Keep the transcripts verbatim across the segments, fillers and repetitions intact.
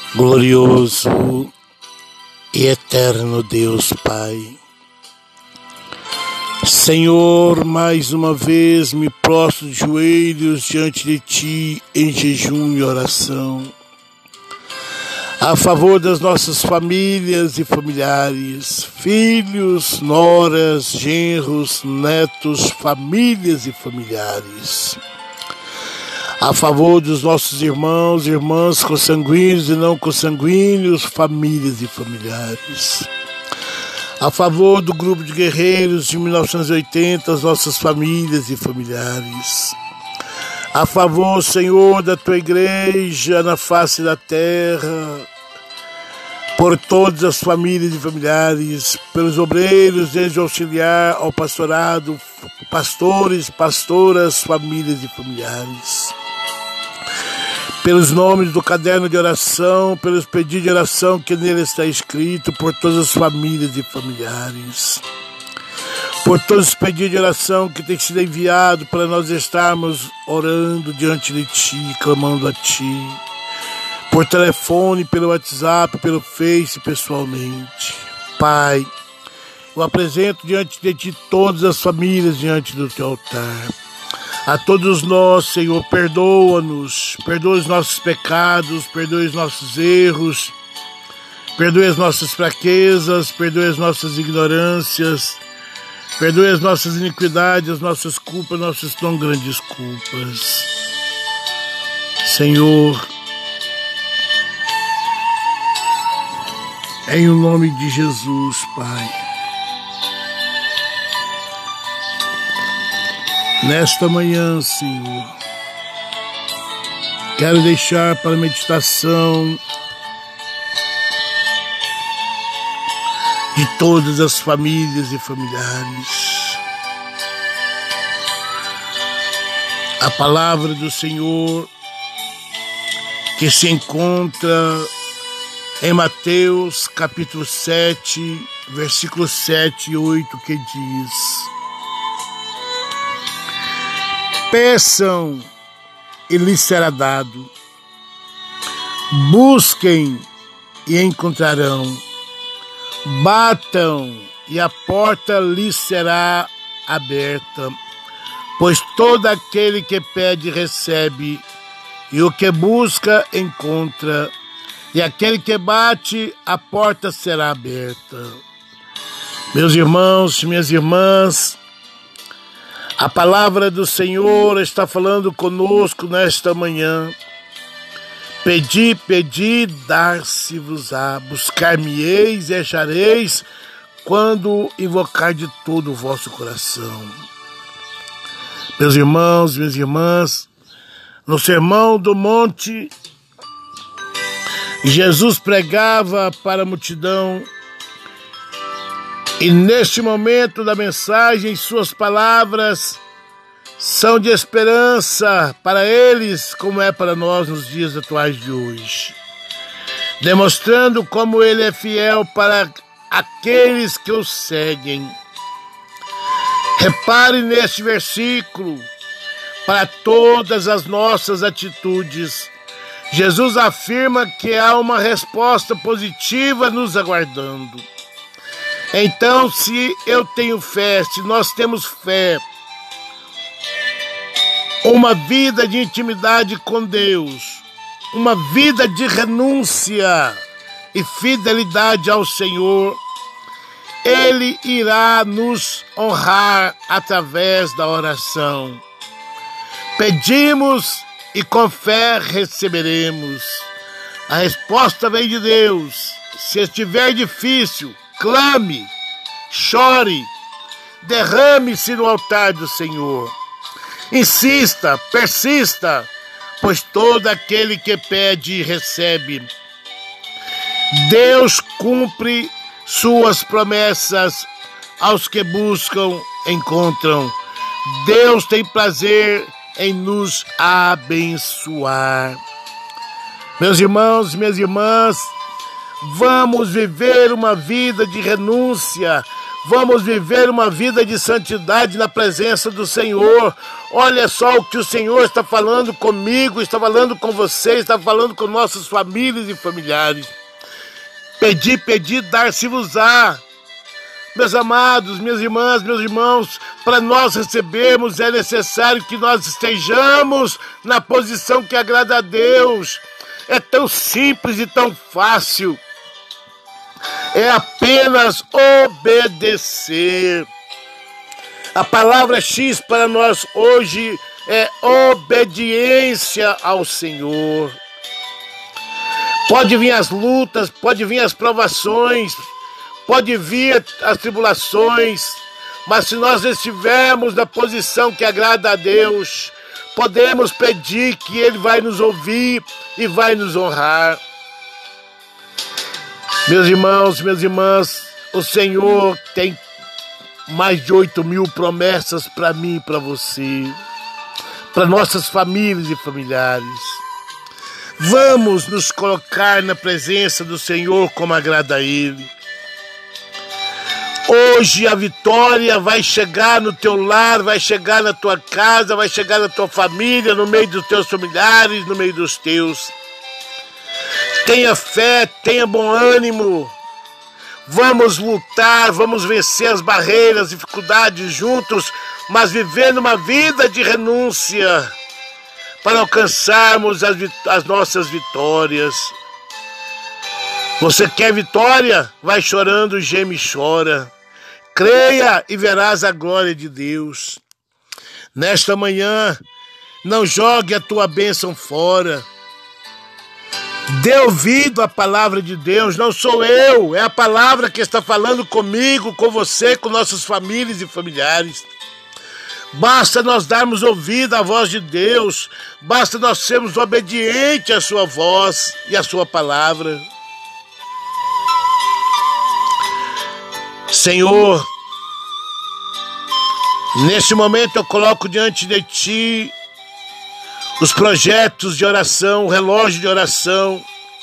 Glorioso e eterno Deus Pai, Senhor, mais uma vez me prostro de joelhos diante de Ti em jejum e oração, a favor das nossas famílias e familiares, filhos, noras, genros, netos, famílias e familiares, a favor dos nossos irmãos e irmãs consanguíneos e não consanguíneos, famílias e familiares, a favor do grupo de guerreiros de mil novecentos e oitenta, as nossas famílias e familiares, a favor, Senhor, da Tua igreja na face da terra, por todas as famílias e familiares, pelos obreiros, desde o auxiliar ao pastorado, pastores, pastoras, famílias e familiares, pelos nomes do caderno de oração, pelos pedidos de oração que nele está escrito, por todas as famílias e familiares, por todos os pedidos de oração que tem sido enviado para nós estarmos orando diante de Ti, clamando a Ti, por telefone, pelo WhatsApp, pelo Face, pessoalmente. Pai, eu apresento diante de Ti todas as famílias diante do Teu altar. A todos nós, Senhor, perdoa-nos, perdoa os nossos pecados, perdoa os nossos erros, perdoa as nossas fraquezas, perdoa as nossas ignorâncias, perdoa as nossas iniquidades, as nossas culpas, nossas tão grandes culpas. Senhor, em o nome de Jesus, Pai, nesta manhã, Senhor, quero deixar para a meditação de todas as famílias e familiares a palavra do Senhor que se encontra em Mateus capítulo sete, versículos sete e oito, que diz: peçam e lhes será dado, busquem e encontrarão, batam e a porta lhes será aberta, pois todo aquele que pede recebe, e o que busca encontra, e aquele que bate, a porta será aberta. Meus irmãos, minhas irmãs, a palavra do Senhor está falando conosco nesta manhã. Pedi, pedi, dar-se-vos-á, buscar-me-eis e achareis, quando invocar de todo o vosso coração. Meus irmãos, minhas irmãs, no Sermão do Monte, Jesus pregava para a multidão, e neste momento da mensagem, suas palavras são de esperança para eles, como é para nós nos dias atuais de hoje, demonstrando como Ele é fiel para aqueles que o seguem. Repare neste versículo, para todas as nossas atitudes, Jesus afirma que há uma resposta positiva nos aguardando. Então, se eu tenho fé, se nós temos fé, uma vida de intimidade com Deus, uma vida de renúncia e fidelidade ao Senhor, Ele irá nos honrar através da oração. Pedimos e com fé receberemos. A resposta vem de Deus. Se estiver difícil, clame, chore, derrame-se no altar do Senhor. Insista, persista, pois todo aquele que pede recebe. Deus cumpre suas promessas, aos que buscam, encontram. Deus tem prazer em nos abençoar. Meus irmãos, minhas irmãs, vamos viver uma vida de renúncia, Vamos viver uma vida de santidade na presença do Senhor. Olha só o que o Senhor está falando comigo, está falando com você, está falando com nossas famílias e familiares. Pedi, pedi, dar-se-vos-á. Meus amados, minhas irmãs, meus irmãos, para nós recebermos é necessário que nós estejamos na posição que agrada a Deus. É tão simples e tão fácil. É apenas obedecer. A palavra X para nós hoje é obediência ao Senhor. Pode vir as lutas, pode vir as provações, pode vir as tribulações, mas se nós estivermos na posição que agrada a Deus, podemos pedir que Ele vai nos ouvir e vai nos honrar. Meus irmãos, minhas irmãs, o Senhor tem mais de oito mil promessas para mim e para você, para nossas famílias e familiares. Vamos nos colocar na presença do Senhor como agrada a Ele. Hoje a vitória vai chegar no teu lar, vai chegar na tua casa, vai chegar na tua família, no meio dos teus familiares, no meio dos teus. Tenha fé, tenha bom ânimo. Vamos lutar, vamos vencer as barreiras, as dificuldades juntos, mas vivendo uma vida de renúncia para alcançarmos as, as nossas vitórias. Você quer vitória? Vai chorando, geme e chora. Creia e verás a glória de Deus. Nesta manhã, não jogue a tua bênção fora. Dê ouvido à palavra de Deus, não sou eu, é a palavra que está falando comigo, com você, com nossas famílias e familiares. Basta nós darmos ouvido à voz de Deus, basta nós sermos obedientes à sua voz e à sua palavra. Senhor, neste momento eu coloco diante de Ti os projetos de oração, o relógio de oração,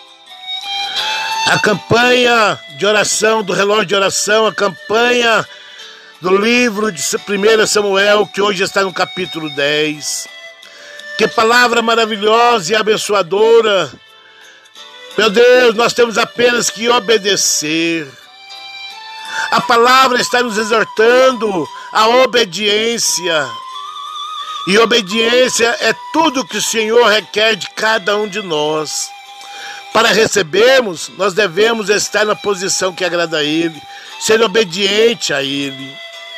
a campanha de oração, do relógio de oração, a campanha do livro de primeiro Samuel, que hoje está no capítulo dez. Que palavra maravilhosa e abençoadora. Meu Deus, nós temos apenas que obedecer. A palavra está nos exortando à obediência. E obediência é tudo que o Senhor requer de cada um de nós. Para recebermos, nós devemos estar na posição que agrada a Ele, ser obediente a Ele.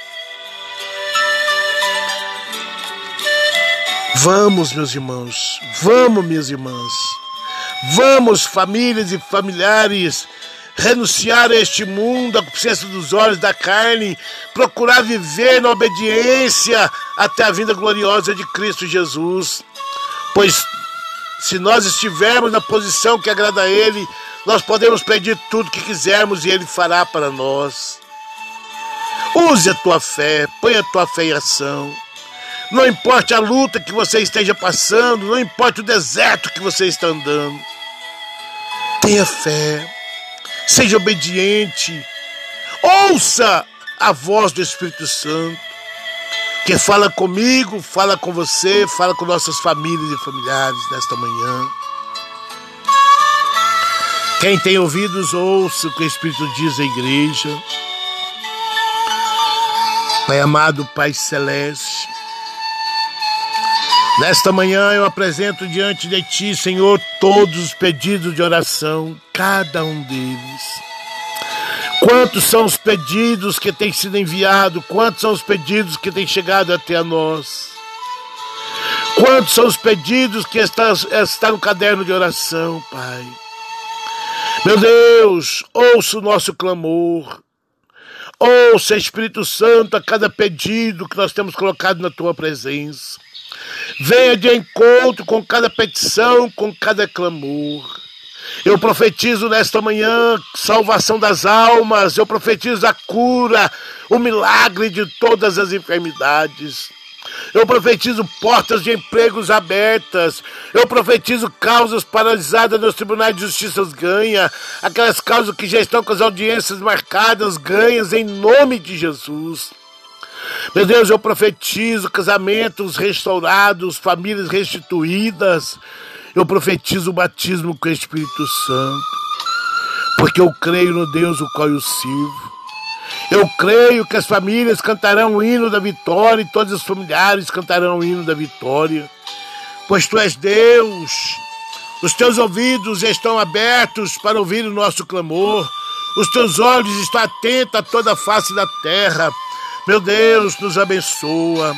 Vamos, meus irmãos, vamos, minhas irmãs, vamos, famílias e familiares, renunciar a este mundo, a consciência dos olhos da carne, procurar viver na obediência até a vinda gloriosa de Cristo Jesus. Pois se nós estivermos na posição que agrada a Ele, nós podemos pedir tudo que quisermos e Ele fará para nós. Use a tua fé, põe a tua fé em ação. Não importa a luta que você esteja passando, não importa o deserto que você está andando. Tenha fé. Seja obediente, ouça a voz do Espírito Santo, que fala comigo, fala com você, fala com nossas famílias e familiares nesta manhã. Quem tem ouvidos, ouça o que o Espírito diz à igreja. Pai amado, Pai celeste, nesta manhã eu apresento diante de Ti, Senhor, todos os pedidos de oração, cada um deles. Quantos são os pedidos que têm sido enviados, quantos são os pedidos que têm chegado até a nós. Quantos são os pedidos que estão, estão no caderno de oração, Pai. Meu Deus, ouça o nosso clamor. Ouça, Espírito Santo, a cada pedido que nós temos colocado na Tua presença. Venha de encontro com cada petição, com cada clamor. Eu profetizo nesta manhã salvação das almas, eu profetizo a cura, o milagre de todas as enfermidades. Eu profetizo portas de empregos abertas. Eu profetizo causas paralisadas nos tribunais de justiça ganha. Aquelas causas que já estão com as audiências marcadas, ganhas em nome de Jesus. Meu Deus, eu profetizo casamentos restaurados, famílias restituídas. Eu profetizo o batismo com o Espírito Santo. Porque eu creio no Deus o qual eu sirvo. Eu creio que as famílias cantarão o hino da vitória e todos os familiares cantarão o hino da vitória. Pois Tu és Deus. Os Teus ouvidos estão abertos para ouvir o nosso clamor. Os Teus olhos estão atentos a toda a face da terra. Meu Deus, nos abençoa.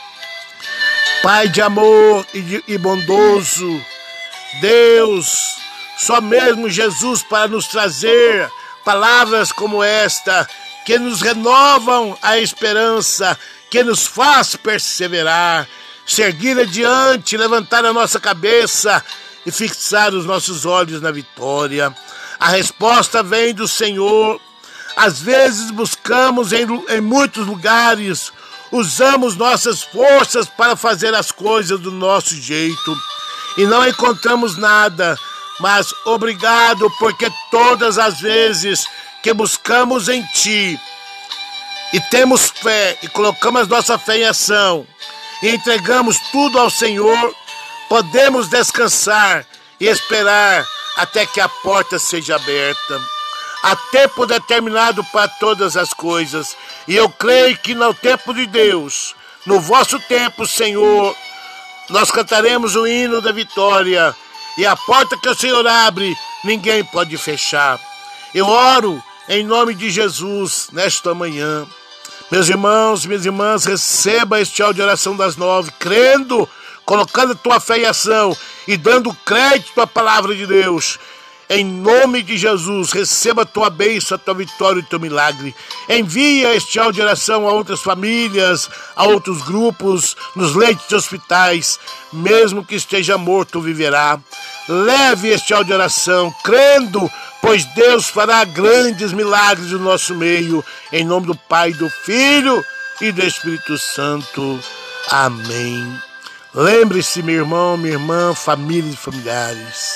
Pai de amor e, de, e bondoso, Deus, só mesmo Jesus para nos trazer palavras como esta, que nos renovam a esperança, que nos faz perseverar, seguir adiante, levantar a nossa cabeça e fixar os nossos olhos na vitória. A resposta vem do Senhor. Às vezes buscamos em, em muitos lugares, usamos nossas forças para fazer as coisas do nosso jeito e não encontramos nada, mas obrigado, porque todas as vezes que buscamos em Ti e temos fé e colocamos nossa fé em ação e entregamos tudo ao Senhor, podemos descansar e esperar até que a porta seja aberta. Há tempo determinado para todas as coisas, e eu creio que no tempo de Deus, no vosso tempo, Senhor, nós cantaremos o hino da vitória, e a porta que o Senhor abre, ninguém pode fechar. Eu oro em nome de Jesus nesta manhã. Meus irmãos, minhas irmãs, receba este áudio de oração das nove, crendo, colocando a tua fé em ação e dando crédito à palavra de Deus. Em nome de Jesus, receba a tua bênção, a tua vitória e o teu milagre. Envia este áudio de oração a outras famílias, a outros grupos, nos leitos de hospitais. Mesmo que esteja morto, viverá. Leve este áudio de oração, crendo, pois Deus fará grandes milagres no nosso meio. Em nome do Pai, do Filho e do Espírito Santo. Amém. Lembre-se, meu irmão, minha irmã, família e familiares.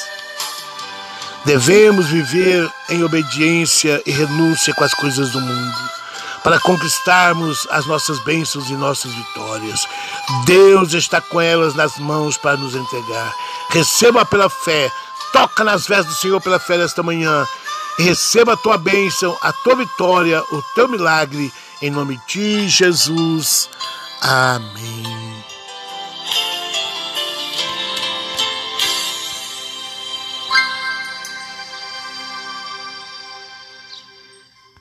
Devemos viver em obediência e renúncia com as coisas do mundo, para conquistarmos as nossas bênçãos e nossas vitórias. Deus está com elas nas mãos para nos entregar. Receba pela fé, toca nas vestes do Senhor pela fé desta manhã, e receba a tua bênção, a tua vitória, o teu milagre, em nome de Jesus. Amém.